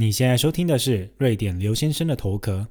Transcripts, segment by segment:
你现在收听的是瑞典刘先生的头壳。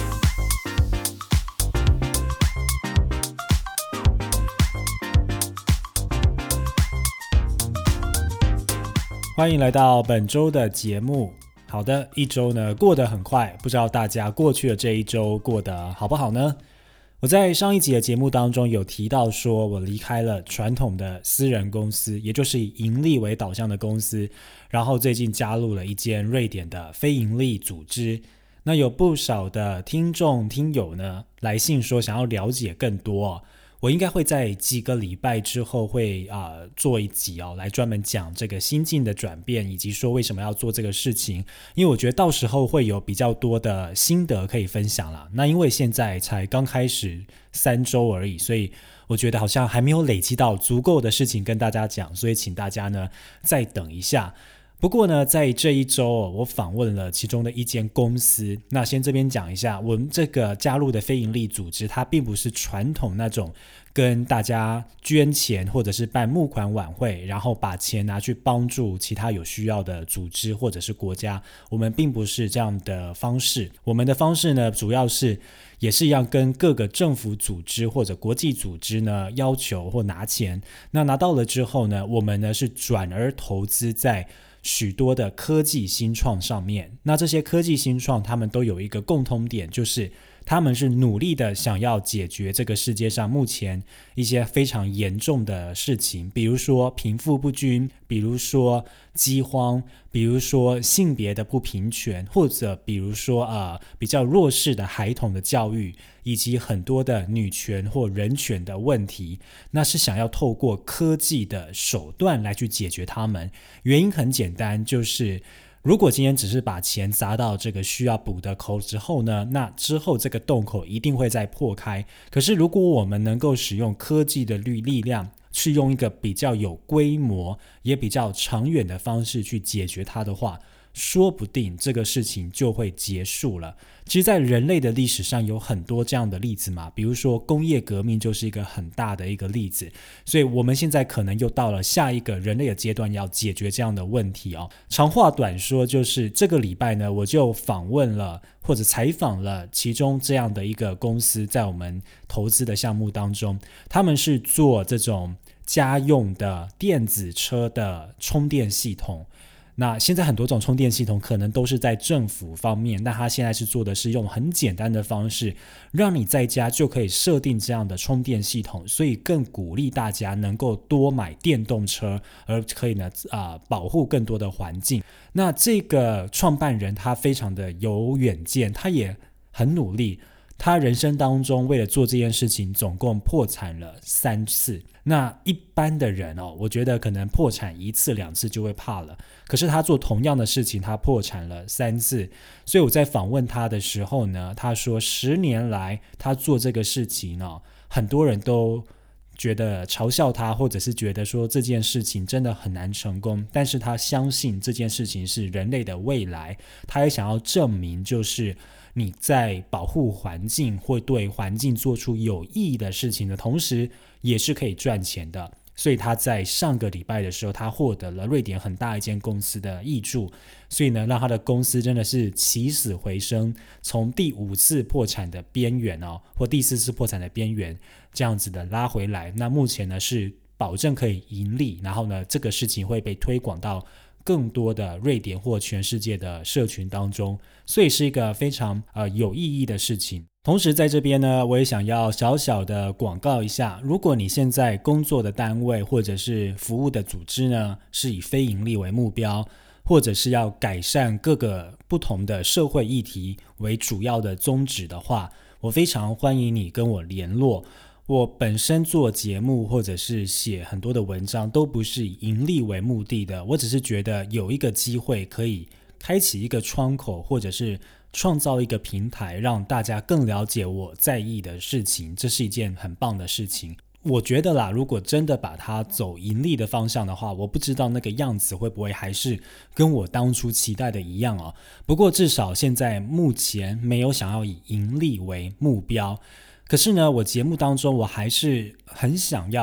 欢迎来到本周的节目。好的，一周呢过得很快，不知道大家过去的这一周过得好不好呢？我在上一集的节目当中有提到说，我离开了传统的私人公司，也就是以盈利为导向的公司，然后最近加入了一间瑞典的非盈利组织。那有不少的听友呢来信说想要了解更多我应该会在几个礼拜之后会做一集来专门讲这个心境的转变，以及说为什么要做这个事情，因为我觉得到时候会有比较多的心得可以分享啦。那因为现在才刚开始3周而已，所以我觉得好像还没有累积到足够的事情跟大家讲，所以请大家呢再等一下。不过呢，在这一周我访问了其中的一间公司。那先这边讲一下，我们这个加入的非营利组织，它并不是传统那种跟大家捐钱或者是办募款晚会，然后把钱拿去帮助其他有需要的组织或者是国家。我们并不是这样的方式。我们的方式呢，主要是也是一样跟各个政府组织或者国际组织呢要求或拿钱。那拿到了之后呢，我们呢是转而投资在许多的科技新创上面。那这些科技新创他们都有一个共通点，就是他们是努力的想要解决这个世界上目前一些非常严重的事情，比如说贫富不均，比如说饥荒，比如说性别的不平权，或者比如说比较弱势的孩童的教育，以及很多的女权或人权的问题。那是想要透过科技的手段来去解决它们。原因很简单，就是如果今天只是把钱砸到这个需要补的口之后呢，那之后这个洞口一定会再破开。可是如果我们能够使用科技的力量，去用一个比较有规模也比较长远的方式去解决它的话，说不定这个事情就会结束了。其实在人类的历史上有很多这样的例子嘛，比如说工业革命就是一个很大的一个例子。所以我们现在可能又到了下一个人类的阶段，要解决这样的问题长话短说，就是这个礼拜呢，我就访问了或者采访了其中这样的一个公司，在我们投资的项目当中，他们是做这种家用的电子车的充电系统。那现在很多种充电系统可能都是在政府方面，那他现在是做的是用很简单的方式，让你在家就可以设定这样的充电系统，所以更鼓励大家能够多买电动车，而可以呢保护更多的环境。那这个创办人他非常的有远见，他也很努力。他人生当中为了做这件事情总共破产了3次。那一般的人我觉得可能破产1次2次就会怕了，可是他做同样的事情，他破产了3次。所以我在访问他的时候呢，他说10年来他做这个事情很多人都觉得嘲笑他，或者是觉得说这件事情真的很难成功，但是他相信这件事情是人类的未来。他也想要证明，就是你在保护环境或对环境做出有意义的事情的同时，也是可以赚钱的。所以他在上个礼拜的时候，他获得了瑞典很大一间公司的挹注，所以呢，让他的公司真的是起死回生，从第5次破产的边缘或第4次破产的边缘这样子的拉回来。那目前呢是保证可以盈利，然后呢这个事情会被推广到更多的瑞典或全世界的社群当中，所以是一个非常有意义的事情。同时在这边呢，我也想要小小的广告一下，如果你现在工作的单位或者是服务的组织呢，是以非盈利为目标，或者是要改善各个不同的社会议题为主要的宗旨的话，我非常欢迎你跟我联络。我本身做节目或者是写很多的文章都不是以盈利为目的的，我只是觉得有一个机会可以开启一个窗口，或者是创造一个平台，让大家更了解我在意的事情，这是一件很棒的事情。我觉得啦，如果真的把它走盈利的方向的话，我不知道那个样子会不会还是跟我当初期待的一样不过至少现在目前没有想要以盈利为目标。可是呢，我节目当中我还是很想要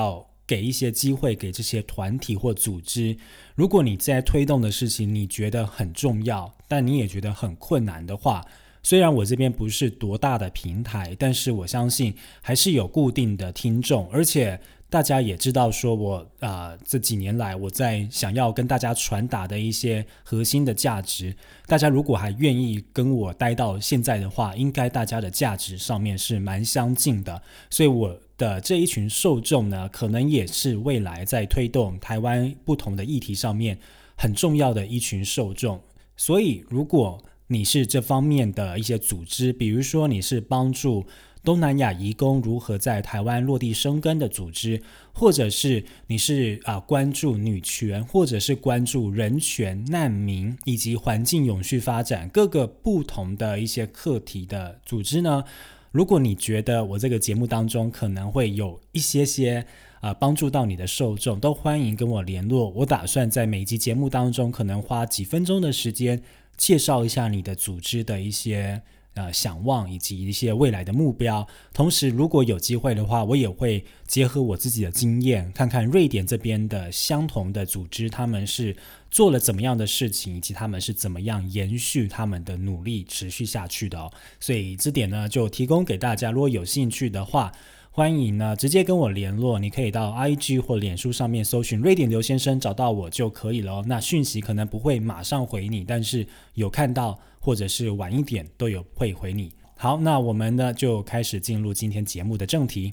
给一些机会给这些团体或组织。如果你在推动的事情你觉得很重要，但你也觉得很困难的话，虽然我这边不是多大的平台，但是我相信还是有固定的听众，而且大家也知道说我这几年来我在想要跟大家传达的一些核心的价值，大家如果还愿意跟我待到现在的话，应该大家的价值上面是蛮相近的，所以我的这一群受众呢，可能也是未来在推动台湾不同的议题上面很重要的一群受众。所以如果你是这方面的一些组织，比如说你是帮助东南亚移工如何在台湾落地生根的组织，或者是你是关注女权，或者是关注人权、难民以及环境永续发展各个不同的一些课题的组织呢，如果你觉得我这个节目当中可能会有一些帮助到你的受众，都欢迎跟我联络。我打算在每集节目当中可能花几分钟的时间介绍一下你的组织的一些想望以及一些未来的目标。同时如果有机会的话，我也会结合我自己的经验，看看瑞典这边的相同的组织他们是做了怎么样的事情，以及他们是怎么样延续他们的努力持续下去的所以这点呢就提供给大家，如果有兴趣的话，欢迎呢直接跟我联络，你可以到 IG 或脸书上面搜寻瑞典刘先生找到我就可以了那讯息可能不会马上回你，但是有看到或者是晚一点都有会回你。好，那我们呢就开始进入今天节目的正题。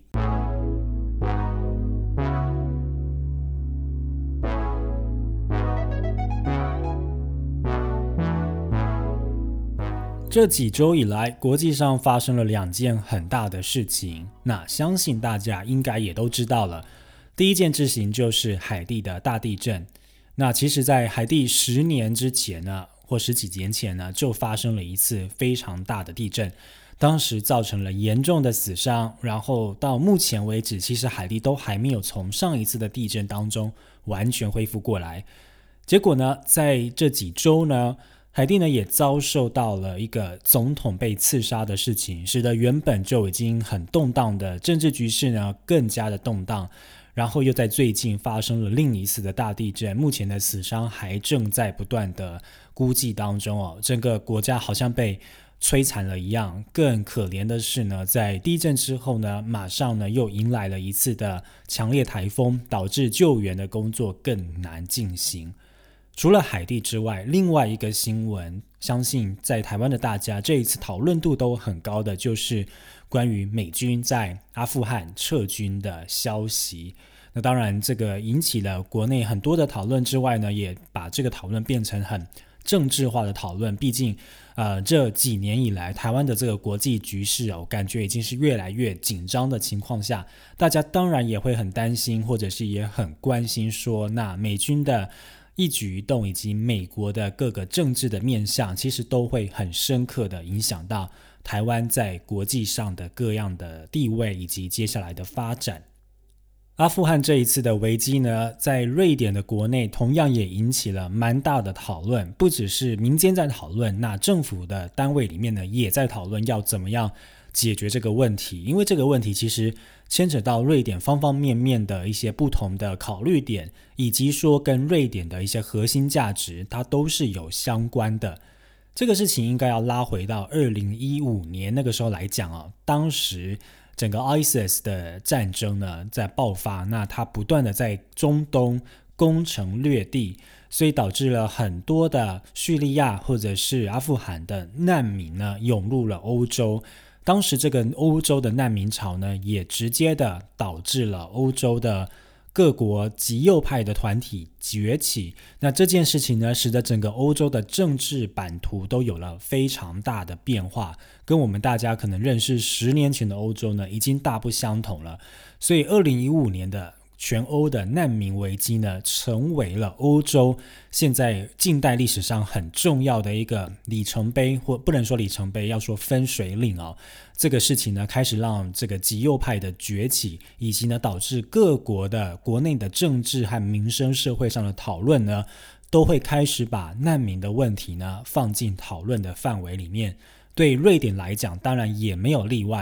这几周以来，国际上发生了2件很大的事情，那相信大家应该也都知道了。第一件事情就是海地的大地震。那其实在海地10年之前呢，或10几年前呢，就发生了一次非常大的地震，当时造成了严重的死伤，然后到目前为止，其实海地都还没有从上一次的地震当中完全恢复过来。结果呢，在这几周呢，海地呢也遭受到了一个总统被刺杀的事情，使得原本就已经很动荡的政治局势呢更加的动荡，然后又在最近发生了另一次的大地震，目前的死伤还正在不断的估计当中整个国家好像被摧残了一样。更可怜的是呢，在地震之后呢，马上呢又迎来了一次的强烈台风，导致救援的工作更难进行。除了海地之外，另外一个新闻，相信在台湾的大家这一次讨论度都很高的，就是关于美军在阿富汗撤军的消息。那当然这个引起了国内很多的讨论之外呢，也把这个讨论变成很政治化的讨论。毕竟这几年以来台湾的这个国际局势感觉已经是越来越紧张的情况下，大家当然也会很担心，或者是也很关心说，那美军的一举一动以及美国的各个政治的面向，其实都会很深刻的影响到台湾在国际上的各样的地位以及接下来的发展。阿富汗这一次的危机呢，在瑞典的国内同样也引起了蛮大的讨论，不只是民间在讨论，那政府的单位里面呢也在讨论要怎么样解决这个问题。因为这个问题其实牵扯到瑞典方方面面的一些不同的考虑点，以及说跟瑞典的一些核心价值它都是有相关的。这个事情应该要拉回到2015年那个时候来讲当时整个 ISIS 的战争呢在爆发，那它不断的在中东攻城略地，所以导致了很多的叙利亚或者是阿富汗的难民呢涌入了欧洲。当时这个欧洲的难民潮呢，也直接的导致了欧洲的各国极右派的团体崛起。那这件事情呢，使得整个欧洲的政治版图都有了非常大的变化，跟我们大家可能认识10年前的欧洲呢，已经大不相同了。所以2015年的全欧的难民危机呢，成为了欧洲现在近代历史上很重要的一个里程碑，或不能说里程碑，要说分水岭这个事情呢，开始让这个极右派的崛起，以及呢导致各国的国内的政治和民生社会上的讨论呢，都会开始把难民的问题呢放进讨论的范围里面。对瑞典来讲，当然也没有例外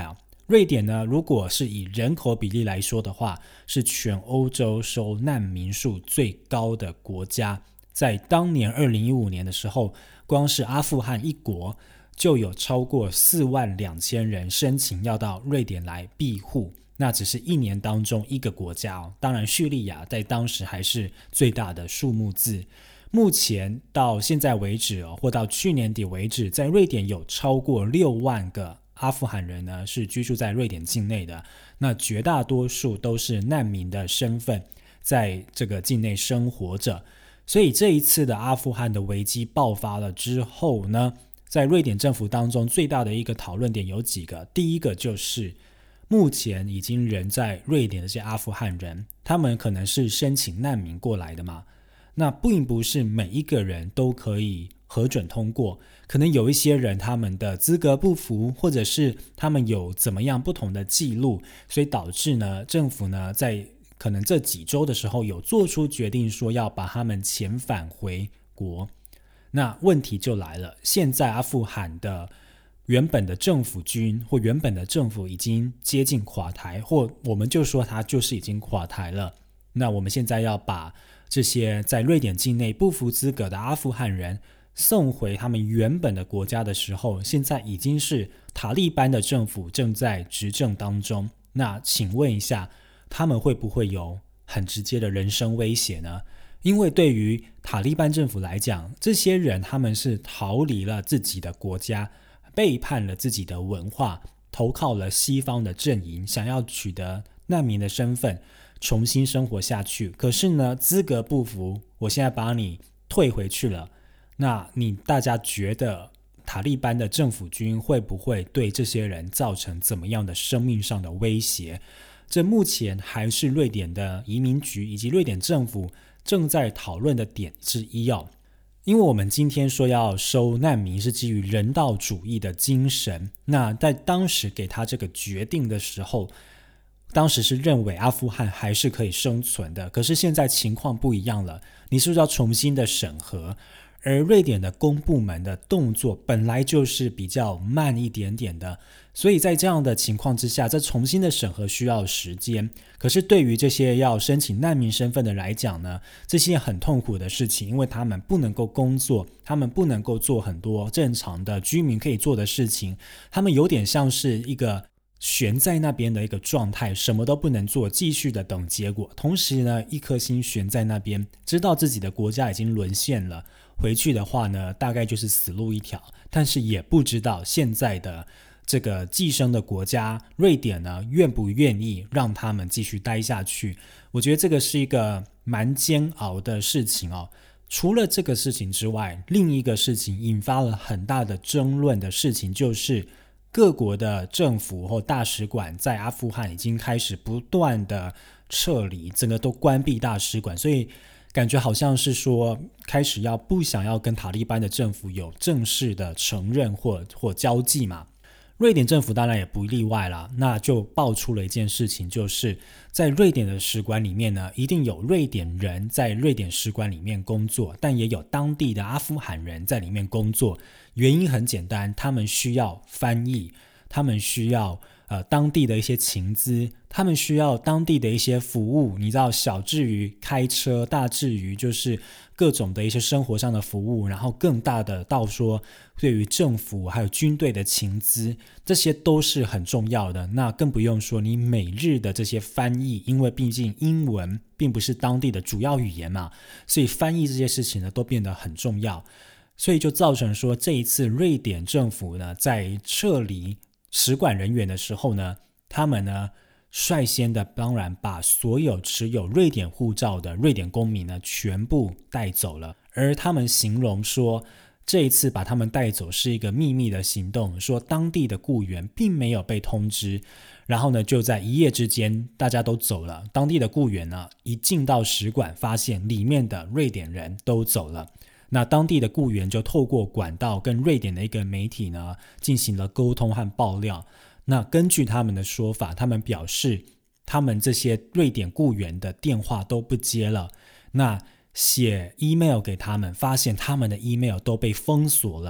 瑞典呢，如果是以人口比例来说的话，是全欧洲收难民数最高的国家。在当年2015年的时候，光是阿富汗一国就有超过42000人申请要到瑞典来庇护，那只是一年当中一个国家哦。当然叙利亚在当时还是最大的数目字。目前到现在为止或到去年底为止，在瑞典有超过6万个阿富汗人呢是居住在瑞典境内的，那绝大多数都是难民的身份，在这个境内生活着。所以这一次的阿富汗的危机爆发了之后呢，在瑞典政府当中最大的一个讨论点有几个。第一个就是目前已经人在瑞典的这些阿富汗人，他们可能是申请难民过来的嘛，那并不是每一个人都可以核准通过，可能有一些人他们的资格不符，或者是他们有怎么样不同的记录，所以导致呢政府呢在可能这几周的时候有做出决定，说要把他们遣返回国。那问题就来了，现在阿富汗的原本的政府军或原本的政府已经接近垮台，或我们就说它就是已经垮台了。那我们现在要把这些在瑞典境内不符资格的阿富汗人送回他们原本的国家的时候，现在已经是塔利班的政府正在执政当中。那请问一下，他们会不会有很直接的人身威胁呢？因为对于塔利班政府来讲，这些人他们是逃离了自己的国家，背叛了自己的文化，投靠了西方的阵营，想要取得难民的身份，重新生活下去。可是呢，资格不符，我现在把你退回去了。那大家觉得塔利班的政府军会不会对这些人造成怎么样的生命上的威胁？这目前还是瑞典的移民局以及瑞典政府正在讨论的点之一哦。因为我们今天说要收难民是基于人道主义的精神，那在当时给他这个决定的时候，当时是认为阿富汗还是可以生存的，可是现在情况不一样了，你是不是要重新的审核？而瑞典的公部门的动作本来就是比较慢一点点的，所以在这样的情况之下，这重新的审核需要时间。可是对于这些要申请难民身份的来讲呢，这是件很痛苦的事情，因为他们不能够工作，他们不能够做很多正常的居民可以做的事情，他们有点像是一个悬在那边的一个状态，什么都不能做，继续的等结果。同时呢，一颗心悬在那边，知道自己的国家已经沦陷了，回去的话呢，大概就是死路一条。但是也不知道现在的这个寄生的国家瑞典呢，愿不愿意让他们继续待下去。我觉得这个是一个蛮煎熬的事情哦。除了这个事情之外，另一个事情引发了很大的争论的事情，就是各国的政府或大使馆在阿富汗已经开始不断的撤离，整个都关闭大使馆，所以感觉好像是说开始不想要跟塔利班的政府有正式的承认或交际嘛。瑞典政府当然也不例外啦，那就爆出了一件事情，就是在瑞典的使馆里面呢，一定有瑞典人在瑞典使馆里面工作，但也有当地的阿富汗人在里面工作。原因很简单，他们需要翻译，他们需要当地的一些情资，他们需要当地的一些服务，你知道，小至于开车，大至于就是各种的一些生活上的服务，然后更大的到说对于政府还有军队的情资，这些都是很重要的。那更不用说你每日的这些翻译，因为毕竟英文并不是当地的主要语言嘛，所以翻译这些事情呢都变得很重要。所以就造成说，这一次瑞典政府呢在撤离使馆人员的时候呢，他们呢率先的当然把所有持有瑞典护照的瑞典公民呢全部带走了。而他们形容说，这一次把他们带走是一个秘密的行动，说当地的雇员并没有被通知，然后呢就在一夜之间大家都走了。当地的雇员呢一进到使馆，发现里面的瑞典人都走了。那当地的雇员就透过管道跟瑞典的一个媒体呢进行了沟通和爆料。那根据他们的说法，他们表示他们这些瑞典雇员的电话都不接了，那写 email 给他们，发现他们的 email 都被封锁了，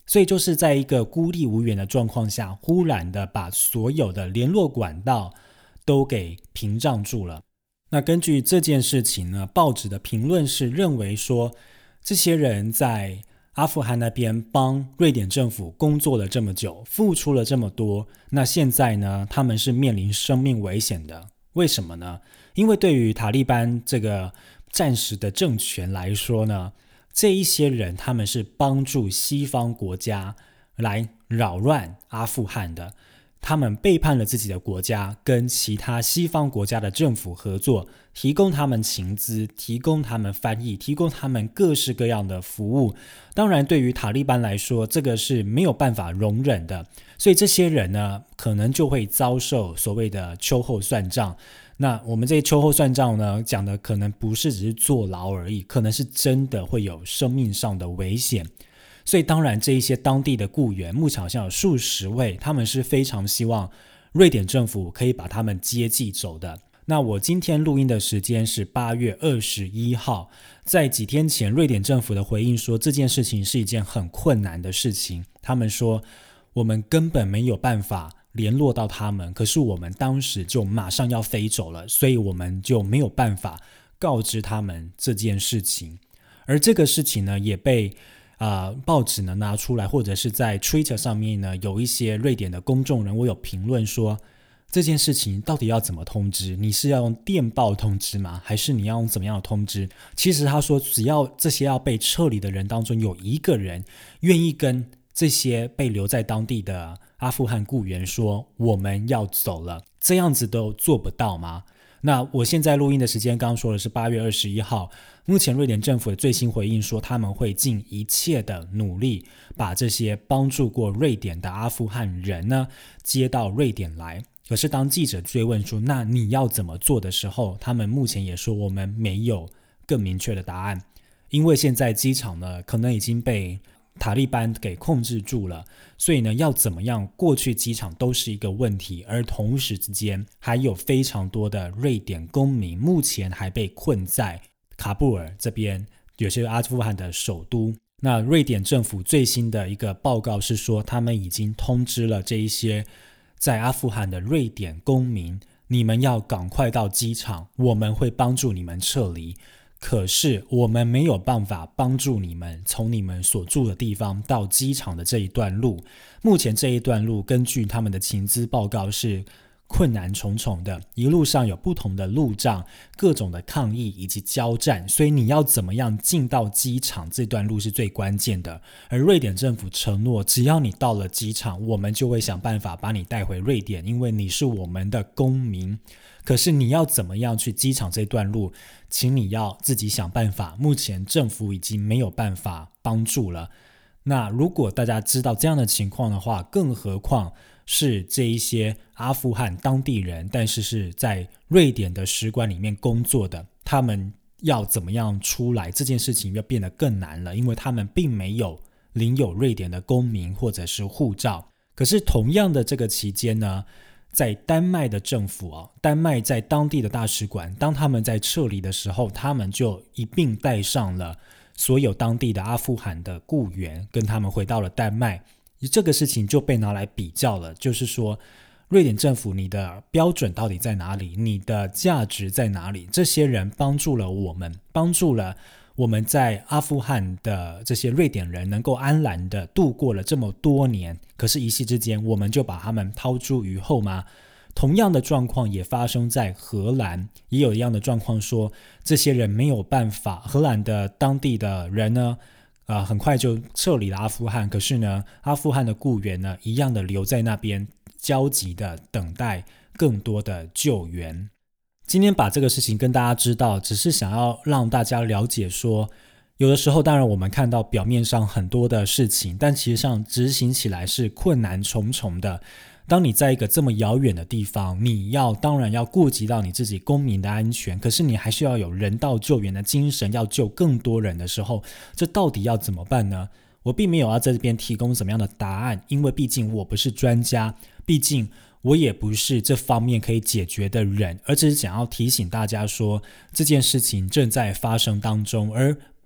所以就是在一个孤立无援的状况下，忽然的把所有的联络管道都给屏障住了。那根据这件事情呢，报纸的评论是认为说，这些人在阿富汗那边帮瑞典政府工作了这么久，付出了这么多，那现在呢，他们是面临生命危险的。为什么呢？因为对于塔利班这个暂时的政权来说呢，这一些人他们是帮助西方国家来扰乱阿富汗的，他们背叛了自己的国家，跟其他西方国家的政府合作，提供他们情资，提供他们翻译，提供他们各式各样的服务。当然对于塔利班来说，这个是没有办法容忍的，所以这些人呢，可能就会遭受所谓的秋后算账。那我们这些秋后算账呢，讲的可能不是只是坐牢而已，可能是真的会有生命上的危险。所以当然这一些当地的雇员，目前好像有数十位，他们是非常希望瑞典政府可以把他们接济走的。那我今天录音的时间是8月21号，在几天前瑞典政府的回应说，这件事情是一件很困难的事情，他们说我们根本没有办法联络到他们，可是我们当时就马上要飞走了，所以我们就没有办法告知他们这件事情。而这个事情呢，也被报纸呢拿出来，或者是在 Twitter 上面呢，有一些瑞典的公众人物有评论说，这件事情到底要怎么通知？你是要用电报通知吗？还是你要用怎么样的通知？其实他说，只要这些要被撤离的人当中有一个人愿意跟这些被留在当地的阿富汗雇员说我们要走了，这样子都做不到吗？那我现在录音的时间刚刚说的是8月21号，目前瑞典政府的最新回应说，他们会尽一切的努力把这些帮助过瑞典的阿富汗人呢接到瑞典来。可是当记者追问说，那你要怎么做的时候，他们目前也说我们没有更明确的答案，因为现在机场呢可能已经被塔利班给控制住了，所以呢，要怎么样过去机场都是一个问题。而同时之间，还有非常多的瑞典公民目前还被困在喀布尔这边，有些阿富汗的首都。那瑞典政府最新的一个报告是说，他们已经通知了这一些在阿富汗的瑞典公民，你们要赶快到机场，我们会帮助你们撤离。可是我们没有办法帮助你们从你们所住的地方到机场的这一段路，目前这一段路根据他们的情资报告是困难重重的，一路上有不同的路障，各种的抗议以及交战，所以你要怎么样进到机场这段路是最关键的。而瑞典政府承诺，只要你到了机场，我们就会想办法把你带回瑞典，因为你是我们的公民。可是你要怎么样去机场这段路，请你要自己想办法，目前政府已经没有办法帮助了。那如果大家知道这样的情况的话，更何况是这一些阿富汗当地人，但是是在瑞典的使馆里面工作的，他们要怎么样出来，这件事情要变得更难了，因为他们并没有领有瑞典的公民或者是护照。可是同样的这个期间呢，在丹麦的政府丹麦在当地的大使馆，当他们在撤离的时候，他们就一并带上了所有当地的阿富汗的雇员，跟他们回到了丹麦。这个事情就被拿来比较了，就是说瑞典政府你的标准到底在哪里，你的价值在哪里？这些人帮助了我们，帮助了我们在阿富汗的这些瑞典人能够安然的度过了这么多年，可是一夕之间我们就把他们抛诸于后吗？同样的状况也发生在荷兰，也有一样的状况，说这些人没有办法，荷兰的当地的人呢很快就撤离了阿富汗，可是呢阿富汗的雇员呢一样的留在那边，焦急的等待更多的救援。今天把这个事情跟大家知道，只是想要让大家了解说，有的时候当然我们看到表面上很多的事情，但其实上执行起来是困难重重的。当你在一个这么遥远的地方，你当然要顾及到你自己公民的安全，可是你还是要有人道救援的精神，要救更多人的时候，这到底要怎么办呢？我并没有要在这边提供什么样的答案，因为毕竟我不是专家，毕竟我也不是这方面可以解决的人，而只是想要提醒大家说，这件事情正在发生当中，而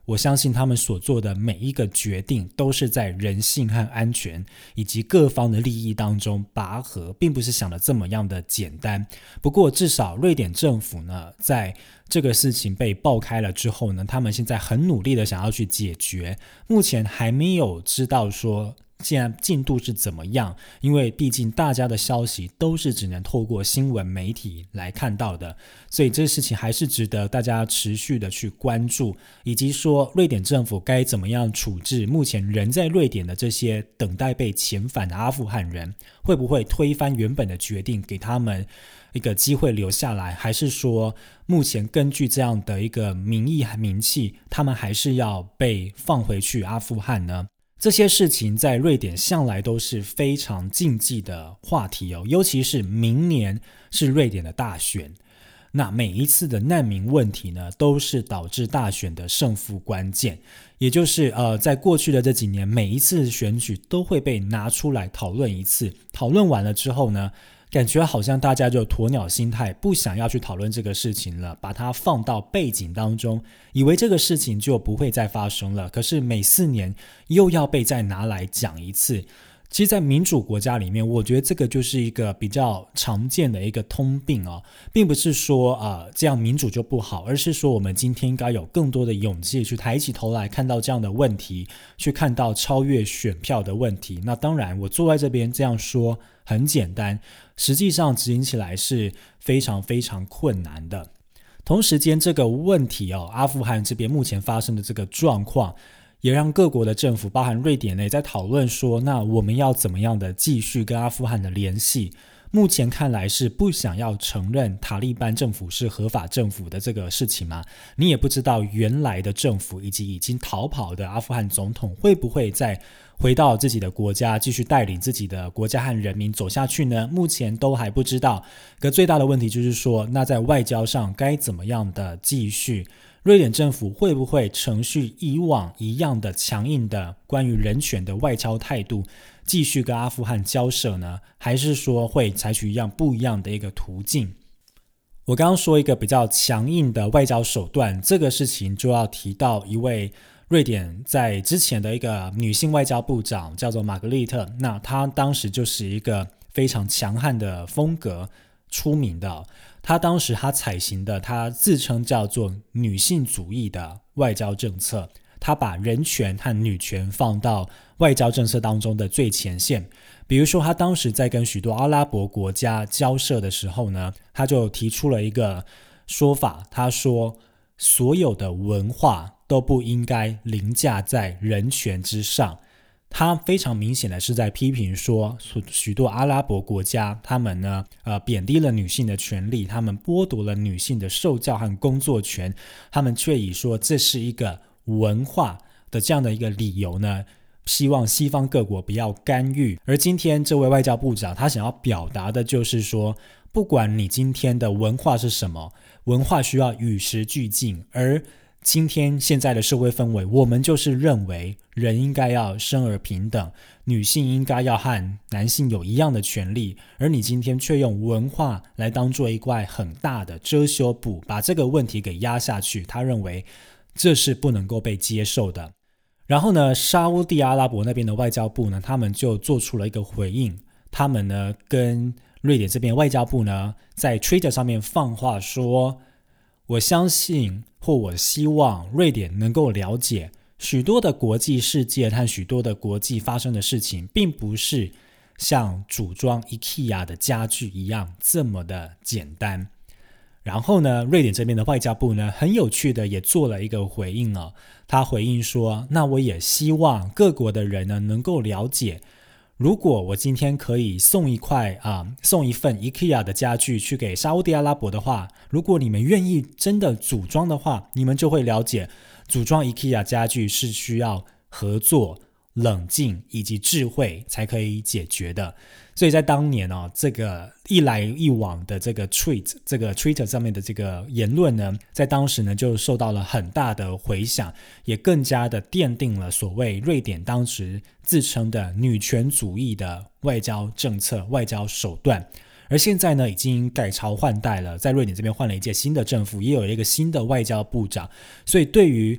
我相信他们所做的每一个决定都是在人性和安全以及各方的利益当中拔河，并不是想的这么样的简单。不过至少瑞典政府呢，在这个事情被爆开了之后呢，他们现在很努力的想要去解决，目前还没有知道说现在进度是怎么样，因为毕竟大家的消息都是只能透过新闻媒体来看到的，所以这事情还是值得大家持续的去关注，以及说瑞典政府该怎么样处置目前人在瑞典的这些等待被遣返的阿富汗人，会不会推翻原本的决定，给他们一个机会留下来，还是说目前根据这样的一个民意和名气，他们还是要被放回去阿富汗呢？这些事情在瑞典向来都是非常禁忌的话题哦，尤其是明年是瑞典的大选，那每一次的难民问题呢，都是导致大选的胜负关键，也就是在过去的这几年，每一次选举都会被拿出来讨论一次，讨论完了之后呢，感觉好像大家就鸵鸟心态，不想要去讨论这个事情了，把它放到背景当中，以为这个事情就不会再发生了，可是每4年又要被再拿来讲一次。其实在民主国家里面，我觉得这个就是一个比较常见的一个通病哦，并不是说这样民主就不好，而是说我们今天应该有更多的勇气去抬起头来看到这样的问题，去看到超越选票的问题。那当然我坐在这边这样说很简单，实际上执行起来是非常非常困难的。同时间这个问题阿富汗这边目前发生的这个状况，也让各国的政府包含瑞典呢在讨论说，那我们要怎么样的继续跟阿富汗的联系。目前看来是不想要承认塔利班政府是合法政府的这个事情嘛，你也不知道原来的政府以及已经逃跑的阿富汗总统会不会再回到自己的国家，继续带领自己的国家和人民走下去呢？目前都还不知道。可最大的问题就是说，那在外交上该怎么样的继续？瑞典政府会不会承续以往一样的强硬的关于人权的外交态度，继续跟阿富汗交涉呢？还是说会采取不一样的一个途径？我刚刚说一个比较强硬的外交手段，这个事情就要提到一位瑞典在之前的一个女性外交部长，叫做玛格丽特。那她当时就是一个非常强悍的风格出名的，他当时他采行的，他自称叫做女性主义的外交政策，他把人权和女权放到外交政策当中的最前线。比如说他当时在跟许多阿拉伯国家交涉的时候呢，他就提出了一个说法，他说所有的文化都不应该凌驾在人权之上。他非常明显的是在批评说，许多阿拉伯国家他们呢贬低了女性的权利，他们剥夺了女性的受教和工作权，他们却以说这是一个文化的这样的一个理由呢，希望西方各国不要干预。而今天这位外交部长他想要表达的就是说，不管你今天的文化是什么，文化需要与时俱进，而今天现在的社会氛围，我们就是认为人应该要生而平等，女性应该要和男性有一样的权利，而你今天却用文化来当做一块很大的遮羞布，把这个问题给压下去，他认为这是不能够被接受的。然后呢，沙烏地阿拉伯那边的外交部呢，他们就做出了一个回应，他们呢跟瑞典这边外交部呢在 Twitter 上面放话说，我相信或我希望瑞典能够了解，许多的国际事件和许多的国际发生的事情，并不是像组装 IKEA 的家具一样这么的简单。然后呢，瑞典这边的外交部呢，很有趣的也做了一个回应哦。他回应说，那我也希望各国的人呢能够了解，如果我今天可以送一份 IKEA 的家具去给沙烏地阿拉伯的话，如果你们愿意真的组装的话，你们就会了解，组装 IKEA 家具是需要合作、冷静以及智慧才可以解决的。所以在当年这个一来一往的这个 Twitter 上面的这个言论呢，在当时呢就受到了很大的回响，也更加的奠定了所谓瑞典当时自称的女权主义的外交政策、外交手段。而现在呢，已经改朝换代了，在瑞典这边换了一届新的政府，也有一个新的外交部长，所以对于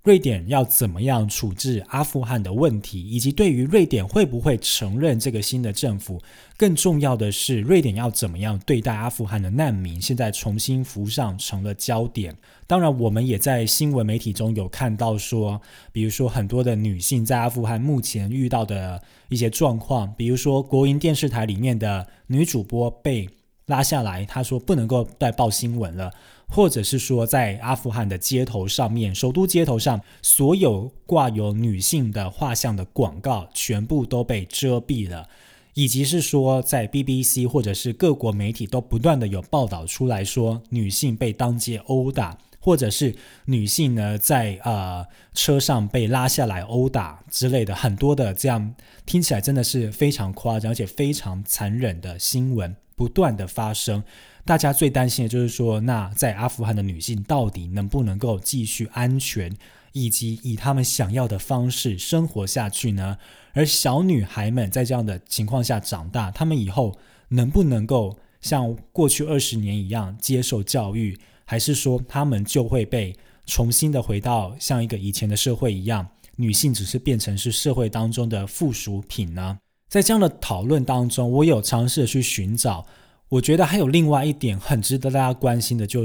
瑞典要怎么样处置阿富汗的问题，以及对于瑞典会不会承认这个新的政府，更重要的是瑞典要怎么样对待阿富汗的难民，现在重新浮上成了焦点。当然我们也在新闻媒体中有看到说，比如说很多的女性在阿富汗目前遇到的一些状况，比如说国营电视台里面的女主播被拉下来，她说不能够再报新闻了，或者是说在阿富汗的街头上面，首都街头上所有挂有女性的画像的广告全部都被遮蔽了，以及是说在 BBC 或者是各国媒体都不断的有报道出来说女性被当街殴打，或者是女性呢在车上被拉下来殴打之类的，很多的这样听起来真的是非常夸张而且非常残忍的新闻不断的发生。大家最担心的就是说，那在阿富汗的女性到底能不能够继续安全，以及以他们想要的方式生活下去呢？而小女孩们在这样的情况下长大，她们以后能不能够像过去20年一样接受教育，还是说她们就会被重新的回到像一个以前的社会一样，女性只是变成是社会当中的附属品呢？在这样的讨论当中，我有尝试的去寻找，我觉得还有另外一点很值得大家关心的，就是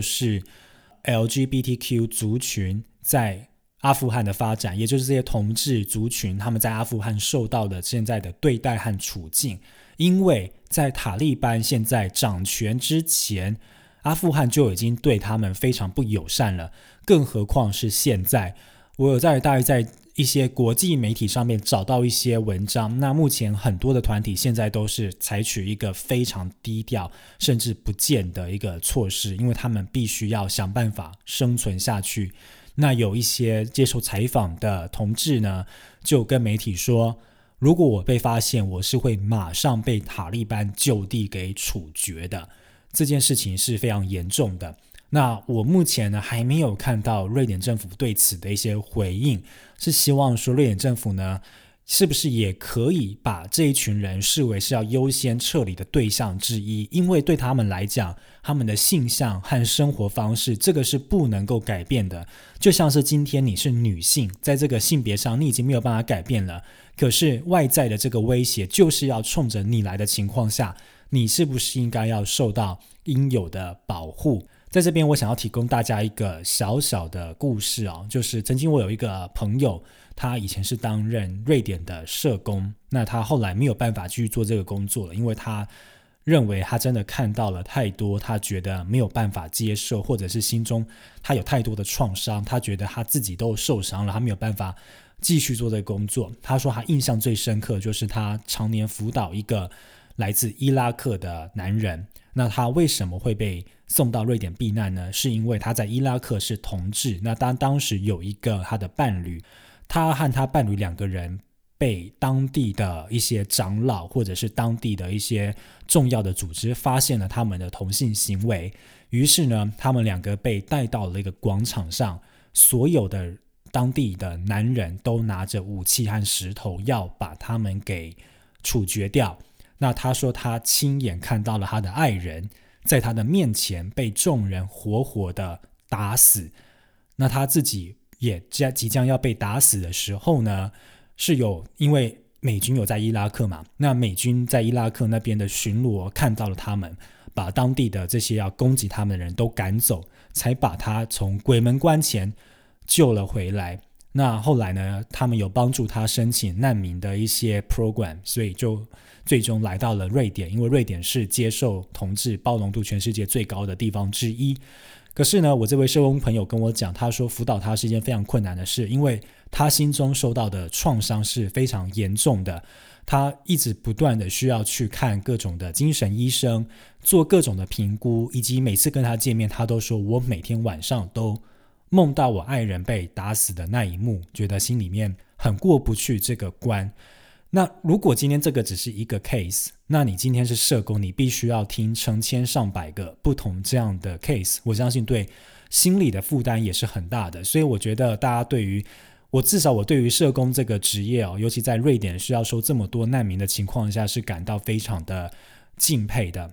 LGBTQ 族群在阿富汗的发展，也就是这些同志族群他们在阿富汗受到的现在的对待和处境。因为在塔利班现在掌权之前，阿富汗就已经对他们非常不友善了，更何况是现在。我有大概在一些国际媒体上面找到一些文章，那目前很多的团体现在都是采取一个非常低调甚至不见的一个措施，因为他们必须要想办法生存下去。那有一些接受采访的同志呢，就跟媒体说，如果我被发现，我是会马上被塔利班就地给处决的，这件事情是非常严重的。那我目前呢还没有看到瑞典政府对此的一些回应，是希望说瑞典政府呢是不是也可以把这一群人视为是要优先撤离的对象之一，因为对他们来讲，他们的性向和生活方式这个是不能够改变的。就像是今天你是女性，在这个性别上你已经没有办法改变了，可是外在的这个威胁就是要冲着你来的情况下，你是不是应该要受到应有的保护？在这边我想要提供大家一个小小的故事就是曾经我有一个朋友，他以前是担任瑞典的社工，那他后来没有办法继续做这个工作了，因为他认为他真的看到了太多他觉得没有办法接受，或者是心中他有太多的创伤，他觉得他自己都受伤了，他没有办法继续做这个工作。他说他印象最深刻就是他常年辅导一个来自伊拉克的男人，那他为什么会被送到瑞典避难呢？是因为他在伊拉克是同志，那当时有一个他的伴侣，他和他伴侣2个人被当地的一些长老或者是当地的一些重要的组织发现了他们的同性行为，于是呢他们2个被带到了一个广场上，所有的当地的男人都拿着武器和石头要把他们给处决掉。那他说他亲眼看到了他的爱人在他的面前被众人活活的打死，那他自己也即将要被打死的时候呢，是因为美军有在伊拉克嘛，那美军在伊拉克那边的巡逻看到了他们，把当地的这些要攻击他们的人都赶走，才把他从鬼门关前救了回来。那后来呢，他们有帮助他申请难民的一些 program， 所以就最终来到了瑞典，因为瑞典是接受同志包容度全世界最高的地方之一。可是呢，我这位社工朋友跟我讲，他说辅导他是一件非常困难的事，因为他心中受到的创伤是非常严重的，他一直不断的需要去看各种的精神医生，做各种的评估，以及每次跟他见面，他都说我每天晚上都梦到我爱人被打死的那一幕，觉得心里面很过不去这个关。那如果今天这个只是一个 case， 那你今天是社工，你必须要听成千上百个不同这样的 case， 我相信对心理的负担也是很大的。所以我觉得大家至少我对于社工这个职业尤其在瑞典需要收这么多难民的情况下，是感到非常的敬佩的。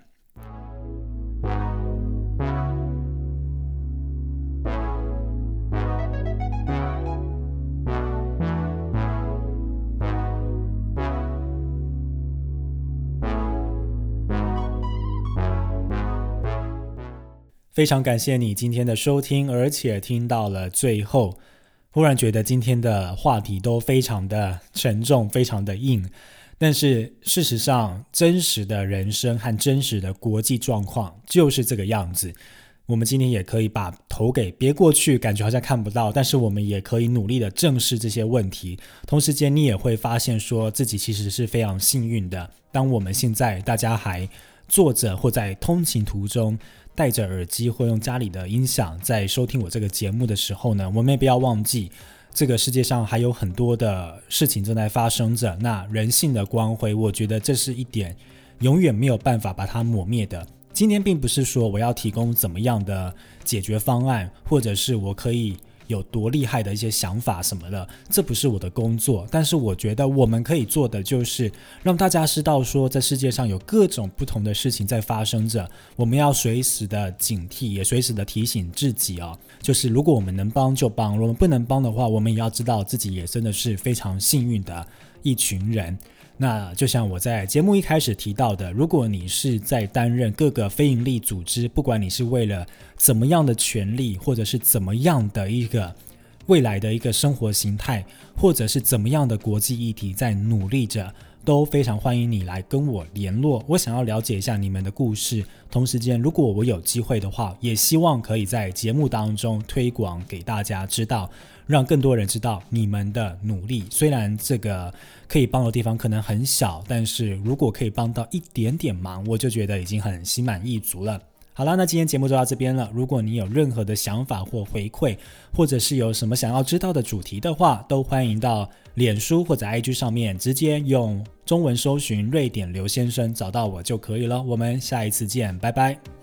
非常感谢你今天的收听，而且听到了最后，忽然觉得今天的话题都非常的沉重，非常的硬，但是事实上真实的人生和真实的国际状况就是这个样子。我们今天也可以把头给别过去，感觉好像看不到，但是我们也可以努力的正视这些问题。同时间你也会发现说自己其实是非常幸运的，当我们现在大家还坐着或在通勤途中戴着耳机或用家里的音响在收听我这个节目的时候呢，我们也不要忘记这个世界上还有很多的事情正在发生着，那人性的光辉，我觉得这是一点永远没有办法把它抹灭的。今天并不是说我要提供怎么样的解决方案，或者是我可以有多厉害的一些想法什么的，这不是我的工作。但是我觉得我们可以做的就是让大家知道说在世界上有各种不同的事情在发生着，我们要随时的警惕，也随时的提醒自己就是如果我们能帮就帮，如果不能帮的话，我们也要知道自己也真的是非常幸运的一群人。那就像我在节目一开始提到的，如果你是在担任各个非营利组织，不管你是为了怎么样的权利，或者是怎么样的一个未来的一个生活形态，或者是怎么样的国际议题在努力着，都非常欢迎你来跟我联络。我想要了解一下你们的故事，同时间如果我有机会的话，也希望可以在节目当中推广给大家知道，让更多人知道你们的努力。虽然这个可以帮的地方可能很小，但是如果可以帮到一点点忙，我就觉得已经很心满意足了。好啦，那今天节目就到这边了。如果你有任何的想法或回馈，或者是有什么想要知道的主题的话，都欢迎到脸书或者 IG 上面直接用中文搜寻瑞典刘先生找到我就可以了。我们下一次见，拜拜。